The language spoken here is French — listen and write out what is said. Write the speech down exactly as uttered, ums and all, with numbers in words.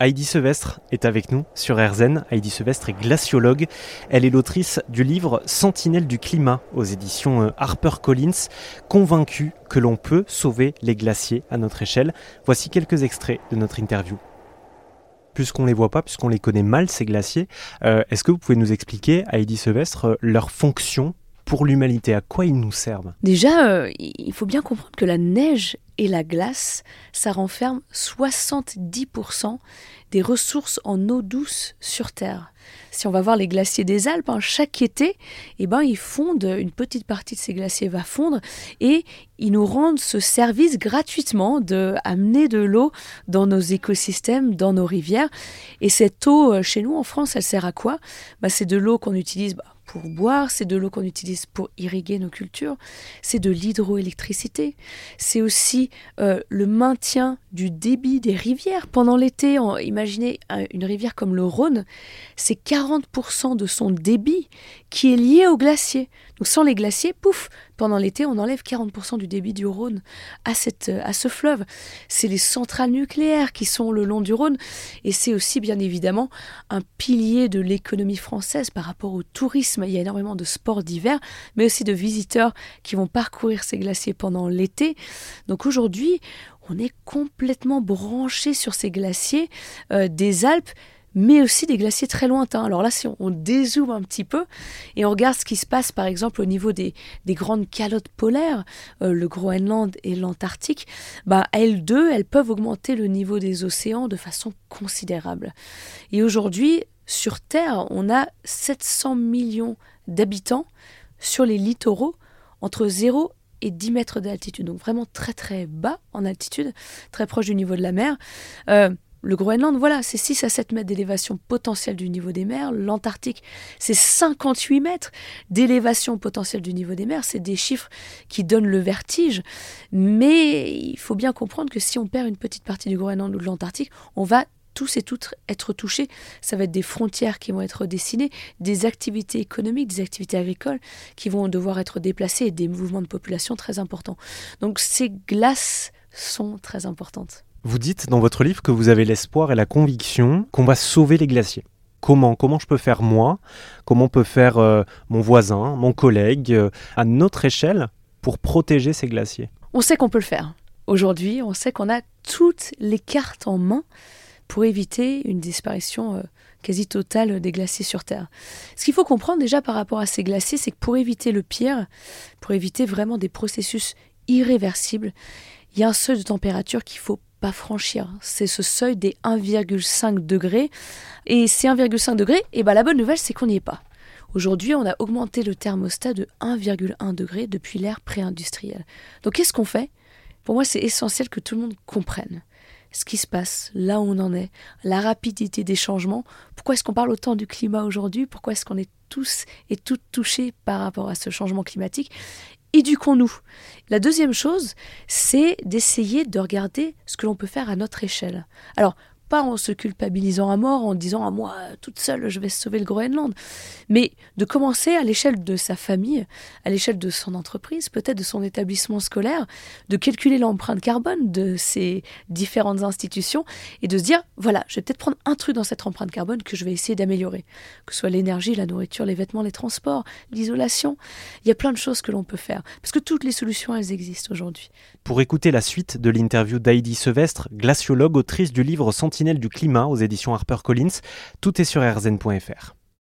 Heidi Sevestre est avec nous sur R Z N. Heidi Sevestre est glaciologue. Elle est l'autrice du livre Sentinelle du climat aux éditions HarperCollins, convaincue que l'on peut sauver les glaciers à notre échelle. Voici quelques extraits de notre interview. Puisqu'on ne les voit pas, puisqu'on les connaît mal, ces glaciers, euh, est-ce que vous pouvez nous expliquer, Heidi Sevestre, leur fonction pour l'humanité? À quoi ils nous servent? Déjà, euh, il faut bien comprendre que la neige et la glace, ça renferme soixante-dix pour cent des ressources en eau douce sur Terre. Si on va voir les glaciers des Alpes, hein, chaque été, eh ben, ils fondent, une petite partie de ces glaciers va fondre et ils nous rendent ce service gratuitement d'amener de l'eau dans nos écosystèmes, dans nos rivières. Et cette eau, chez nous en France, elle sert à quoi? Bah, c'est de l'eau qu'on utilise bah, pour boire, c'est de l'eau qu'on utilise pour irriguer nos cultures, c'est de l'hydroélectricité, c'est aussi euh, le maintien du débit des rivières. Pendant l'été, on, imaginez une rivière comme le Rhône, c'est quarante pour cent de son débit qui est lié aux glaciers. Donc sans les glaciers, pouf, pendant l'été, on enlève quarante pour cent du débit du Rhône à, cette, à ce fleuve. C'est les centrales nucléaires qui sont le long du Rhône et c'est aussi bien évidemment un pilier de l'économie française par rapport au tourisme. Il y a énormément de sports d'hiver, mais aussi de visiteurs qui vont parcourir ces glaciers pendant l'été. Donc aujourd'hui, on est complètement branché sur ces glaciers euh, des Alpes, mais aussi des glaciers très lointains. Alors là, si on, on dézoome un petit peu et on regarde ce qui se passe, par exemple, au niveau des, des grandes calottes polaires, euh, le Groenland et l'Antarctique, bah, elles deux, elles peuvent augmenter le niveau des océans de façon considérable. Et aujourd'hui, sur Terre, on a sept cents millions d'habitants sur les littoraux entre zéro et dix mètres d'altitude. Donc vraiment très très bas en altitude, très proche du niveau de la mer. Euh, Le Groenland, voilà, c'est six à sept mètres d'élévation potentielle du niveau des mers. L'Antarctique, c'est cinquante-huit mètres d'élévation potentielle du niveau des mers. C'est des chiffres qui donnent le vertige. Mais il faut bien comprendre que si on perd une petite partie du Groenland ou de l'Antarctique, on va tous et toutes être touchés. Ça va être des frontières qui vont être dessinées, des activités économiques, des activités agricoles qui vont devoir être déplacées et des mouvements de population très importants. Donc ces glaces sont très importantes. Vous dites dans votre livre que vous avez l'espoir et la conviction qu'on va sauver les glaciers. Comment Comment je peux faire moi? Comment peut faire euh, mon voisin, mon collègue, euh, à notre échelle, pour protéger ces glaciers? On sait qu'on peut le faire. Aujourd'hui, on sait qu'on a toutes les cartes en main pour éviter une disparition euh, quasi totale des glaciers sur Terre. Ce qu'il faut comprendre déjà par rapport à ces glaciers, c'est que pour éviter le pire, pour éviter vraiment des processus irréversibles, il y a un seuil de température qu'il faut pas franchir. C'est ce seuil des un virgule cinq degrés. Et ces un virgule cinq degrés, et ben la bonne nouvelle, c'est qu'on n'y est pas. Aujourd'hui, on a augmenté le thermostat de un virgule un degré depuis l'ère pré-industrielle. Donc qu'est-ce qu'on fait? Pour moi, c'est essentiel que tout le monde comprenne ce qui se passe, là où on en est, la rapidité des changements. Pourquoi est-ce qu'on parle autant du climat aujourd'hui? Pourquoi est-ce qu'on est tous et toutes touchés par rapport à ce changement climatique? Éduquons-nous. La deuxième chose, c'est d'essayer de regarder ce que l'on peut faire à notre échelle. Alors, pas en se culpabilisant à mort, en disant « à moi, toute seule, je vais sauver le Groenland », mais de commencer à l'échelle de sa famille, à l'échelle de son entreprise, peut-être de son établissement scolaire, de calculer l'empreinte carbone de ces différentes institutions et de se dire « voilà, je vais peut-être prendre un truc dans cette empreinte carbone que je vais essayer d'améliorer », que ce soit l'énergie, la nourriture, les vêtements, les transports, l'isolation. Il y a plein de choses que l'on peut faire, parce que toutes les solutions, elles existent aujourd'hui. Pour écouter la suite de l'interview d'Heidi Sevestre, glaciologue, autrice du livre Sentinelle du climat aux éditions HarperCollins, tout est sur r z n point f r.